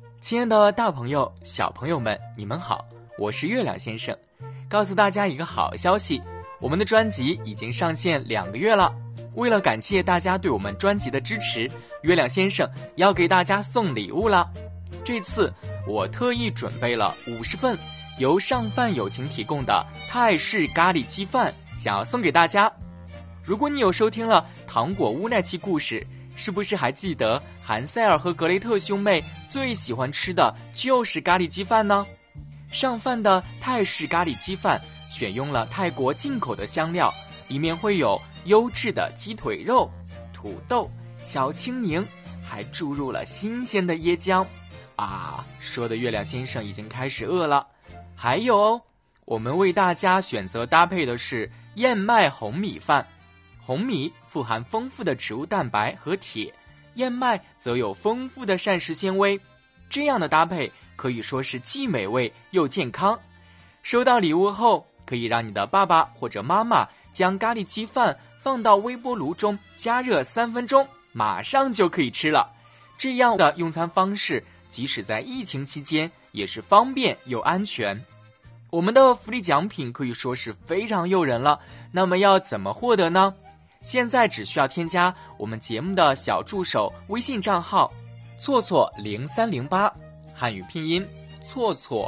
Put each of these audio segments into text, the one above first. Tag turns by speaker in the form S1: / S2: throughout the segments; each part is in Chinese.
S1: 亲爱的大朋友、小朋友们，你们好，我是月亮先生。告诉大家一个好消息，我们的专辑已经上线2个月了。为了感谢大家对我们专辑的支持，月亮先生要给大家送礼物了。这次我特意准备了50份由上饭友情提供的泰式咖喱鸡饭，想要送给大家。如果你有收听了糖果屋那期故事，是不是还记得韩塞尔和格雷特兄妹最喜欢吃的就是咖喱鸡饭呢？上饭的泰式咖喱鸡饭选用了泰国进口的香料，里面会有优质的鸡腿肉、土豆、小青柠，还注入了新鲜的椰浆。说的月亮先生已经开始饿了。还有哦，我们为大家选择搭配的是燕麦红米饭。红米富含丰富的植物蛋白和铁，燕麦则有丰富的膳食纤维，这样的搭配可以说是既美味又健康。收到礼物后，可以让你的爸爸或者妈妈将咖喱鸡饭放到微波炉中加热3分钟，马上就可以吃了。这样的用餐方式，即使在疫情期间也是方便又安全。我们的福利奖品可以说是非常诱人了，那么要怎么获得呢？现在只需要添加我们节目的小助手微信账号错错0308，汉语拼音错错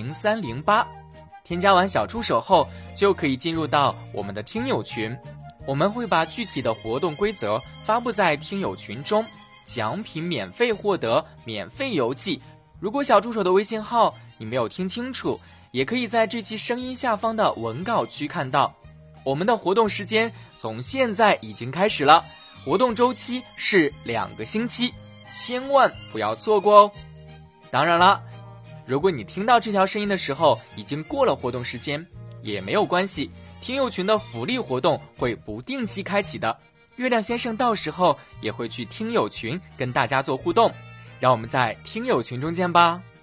S1: 0308。添加完小助手后，就可以进入到我们的听友群，我们会把具体的活动规则发布在听友群中，奖品免费获得，免费邮寄。如果小助手的微信号你没有听清楚，也可以在这期声音下方的文稿区看到。我们的活动时间从现在已经开始了，活动周期是2个星期，千万不要错过哦。当然了，如果你听到这条声音的时候已经过了活动时间，也没有关系，听友群的福利活动会不定期开启的，月亮先生到时候也会去听友群跟大家做互动，让我们在听友群中见吧。